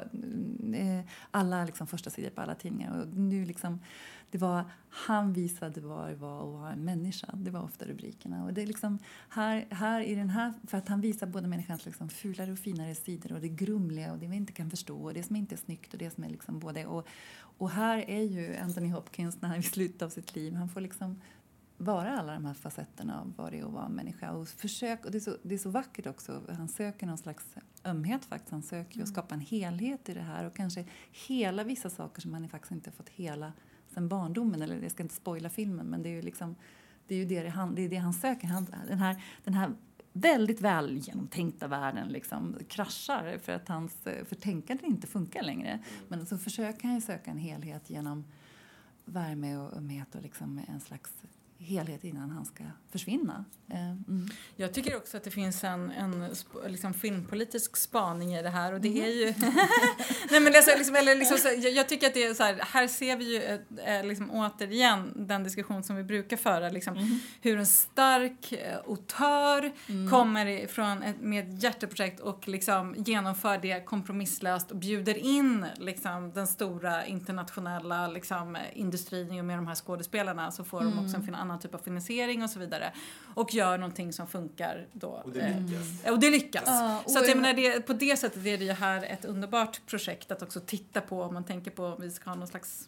alla liksom första sidor på alla tidningar, och nu liksom han visade vad det var att vara en människa. Det var ofta rubrikerna. Och det är liksom här i den här, för att han visar både människans liksom fulare och finare sidor och det grumliga och det vi inte kan förstå och det som inte är snyggt och det som är liksom både. Och här är ju Anthony Hopkins när han i slutet av sitt liv, han får liksom vara alla de här facetterna av vad det är att vara en människa. Och det är så vackert också. Han söker någon slags ömhet faktiskt. Han söker att skapa en helhet i det här och kanske hela vissa saker som han faktiskt inte har fått hela sen barndomen, eller jag ska inte spoila filmen, men det är ju liksom det är det han söker. Den här väldigt väl genomtänkta världen liksom kraschar för att för tänkandet inte funkar längre. Men så försöker han ju söka en helhet genom värme och ömhet och liksom en slags helhet innan han ska försvinna. Jag tycker också att det finns en liksom filmpolitisk spaning i det här, och det är ju nej men jag tycker att det är så här ser vi ju liksom återigen den diskussion som vi brukar föra liksom, hur en stark auteur kommer ifrån med ett hjärteprojekt och liksom genomför det kompromisslöst och bjuder in liksom den stora internationella liksom industrin och med de här skådespelarna, så får de också en annan typ av finansiering och så vidare, och gör någonting som funkar då. Och det lyckas. Så att jag menar, på det sättet är det ju här ett underbart projekt att också titta på, om man tänker på om vi ska ha någon slags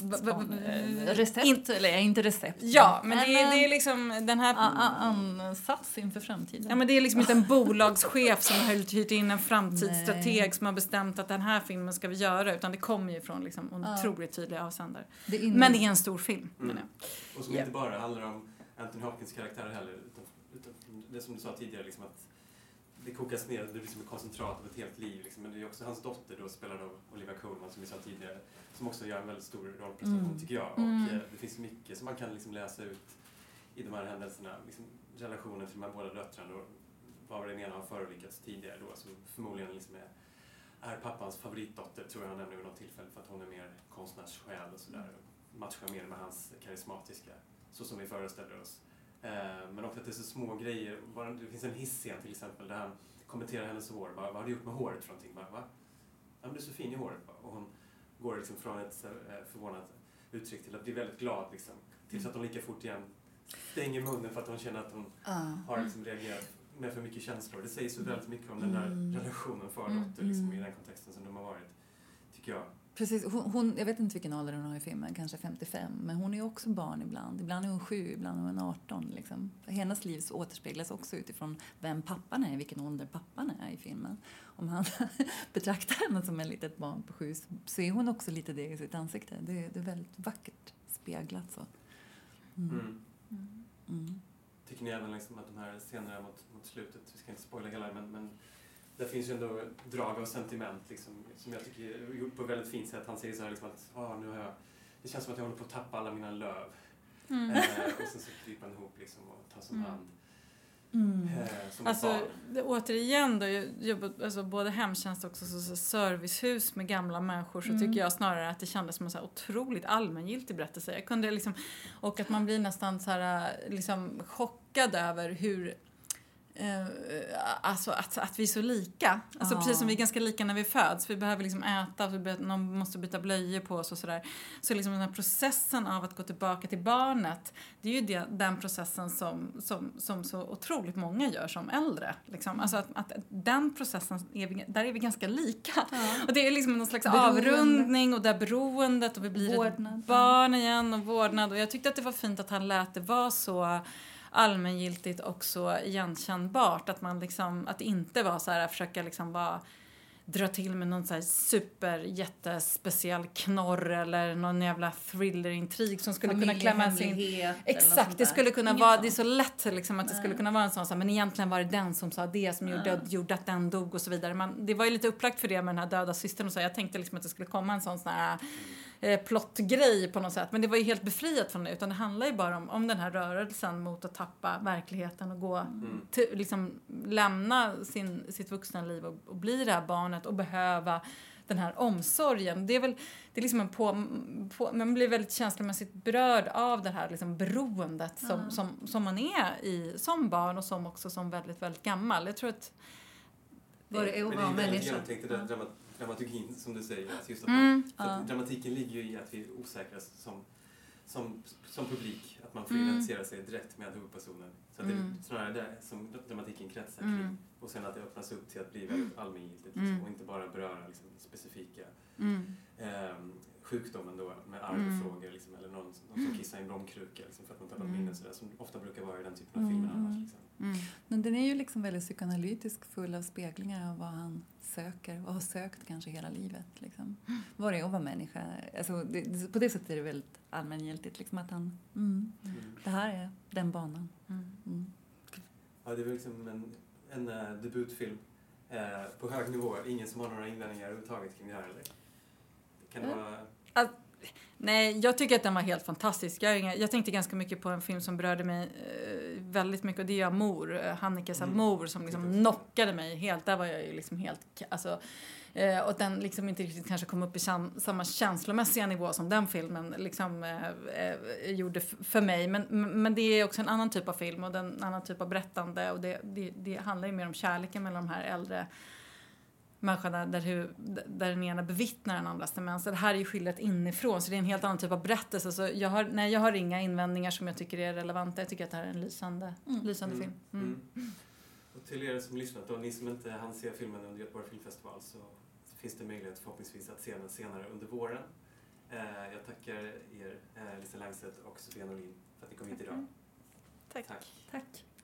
recept, eller inte recept. Ja, men det är liksom den här ansats inför framtiden. Ja, men det är liksom inte en bolagschef som har hyrt in en framtidsstrateg som har bestämt att den här filmen ska vi göra, utan det kommer ju från liksom otroligt tydliga avsändare. Men det är en stor film, menar jag. Och som inte bara handlar om Anthony Hopkins karaktär heller, utan det som du sa tidigare, liksom att det kokas ner, det blir som ett koncentrat av ett helt liv. Liksom. Men det är också hans dotter då, spelad av Olivia Colman, som vi sa tidigare, som också gör en väldigt stor rollprestation tycker jag. Och det finns mycket som man kan liksom läsa ut i de här händelserna. Liksom, relationen till de här båda döttrarna och vad den ena har förolyckats tidigare då, som förmodligen liksom är pappans favoritdotter, tror jag han nämner vid något tillfälle, för att hon är mer konstnärssjäl och sådär. Matchar mer med hans karismatiska, så som vi föreställer oss. Men också att det är så små grejer. Det finns en hissscen till exempel där han kommenterar hennes hår. Vad har du gjort med håret för någonting? Va? Ja, men du är så fin i håret. Och hon går liksom från ett förvånat, uttryck till att bli väldigt glad liksom. Tills att hon lika fort igen stänger munnen för att hon känner att hon har liksom reagerat med för mycket känslor. Det säger så väldigt mycket om den där relationen far-dotter liksom, i den kontexten som de har varit, tycker jag. Precis, hon, jag vet inte vilken ålder hon har i filmen, kanske 55, men hon är också barn ibland. Ibland är hon 7, ibland är hon 18. Liksom. Hennes liv återspeglas också utifrån vem pappan är, vilken ålder pappan är i filmen. Om han betraktar henne som en litet barn på 7 så är hon också lite det i sitt ansikte. Det är väldigt vackert speglat så. Tycker ni även liksom att de här scenerna mot slutet, vi ska inte spoila hela, men det finns ju ändå drag av sentiment liksom, som jag tycker är gjort på ett väldigt fint sätt. Han säger så här liksom att nu har jag, det känns som att jag håller på att tappa alla mina löv. Och sen så kryper han ihop liksom och tar som hand. Som alltså återigen då, alltså både hemtjänst och också så servicehus med gamla människor, så tycker jag snarare att det kändes som en så här otroligt allmängiltig berättelse. Jag kunde liksom, och att man blir nästan så här liksom chockad över hur alltså att vi är så lika. Alltså precis som vi är ganska lika när vi föds. Vi behöver liksom äta, någon måste byta blöjor på oss och sådär. Så liksom den här processen av att gå tillbaka till barnet, det är ju den processen som så otroligt många gör som äldre. Liksom. Alltså att den processen, där är vi ganska lika. Och det är liksom någon slags avrundning och där beroendet och vi blir ett barn igen och vårdnad. Och jag tyckte att det var fint att han lät det vara så allmängiltigt och så igenkännbart, att man liksom, att det inte var så här försöka liksom bara dra till med någon så här jättespeciell knorr eller någon jävla thriller-intrig som skulle kunna klämma sin... Exakt, det skulle kunna vara, det är så lätt liksom att det skulle kunna vara en sån, men egentligen var det den som sa det som gjorde att den dog och så vidare. Det var ju lite upplagt för det med den här döda systern och så. Jag tänkte liksom att det skulle komma en sån här plottgrej på något sätt, men det var ju helt befriat från det, utan det handlar ju bara om den här rörelsen mot att tappa verkligheten och gå liksom lämna sitt vuxna liv och bli det här barnet och behöva den här omsorgen. Det är liksom man blir väldigt känslomässigt berörd av det här liksom beroendet som man är i som barn och som också som väldigt, väldigt gammal. Jag tror att men det är väldigt genomtänkt det där dramaturgin som du säger. Alltså just att dramatiken ligger ju i att vi är osäkra som publik. Att man får identifiera sig direkt med huvudpersonen. Så att det är snarare där som dramatiken kretsar kring. Och sen att det öppnas upp till att bli väldigt allmängiltigt. Liksom, och inte bara beröra liksom, specifika sjukdomen då med arvfrågor. Liksom, eller någon som kissar i en blomkruka liksom, för att man tappar minnen. Sådär, som ofta brukar vara i den typen av filmer annars. Liksom. Men den är ju liksom väldigt psykoanalytisk, full av speglingar av vad han söker och har sökt kanske hela livet. Liksom. Vad det är att vara människa. Alltså, på det sättet är det väldigt allmängiltigt. Liksom, att han, det här är den banan. Ja, det är liksom en debutfilm på hög nivå. Ingen som har några invändningar överhuvudtaget kring det här, eller? Kan det vara... Nej, jag tycker att den var helt fantastisk. Jag tänkte ganska mycket på en film som berörde mig väldigt mycket, och det är Amour, Hannikes Amour, som liksom knockade mig helt. Där var jag ju liksom helt... Alltså, och den liksom inte riktigt kanske kom upp i samma känslomässiga nivå som den filmen liksom, gjorde för mig. Men det är också en annan typ av film och en annan typ av berättande. Och det handlar ju mer om kärleken mellan de här äldre människorna där den ena bevittnar den andras demens. Det här är ju skildrat inifrån, så det är en helt annan typ av berättelse. Så jag har inga invändningar som jag tycker är relevanta. Jag tycker att det här är en lysande film. Och till er som lyssnat och ni som inte hann se filmen under Göteborg Filmfestival, så finns det möjlighet förhoppningsvis att se den senare under våren. Jag tackar er, Lisa Langstedt och Sofia Norlin, för att ni kom hit idag. Tack.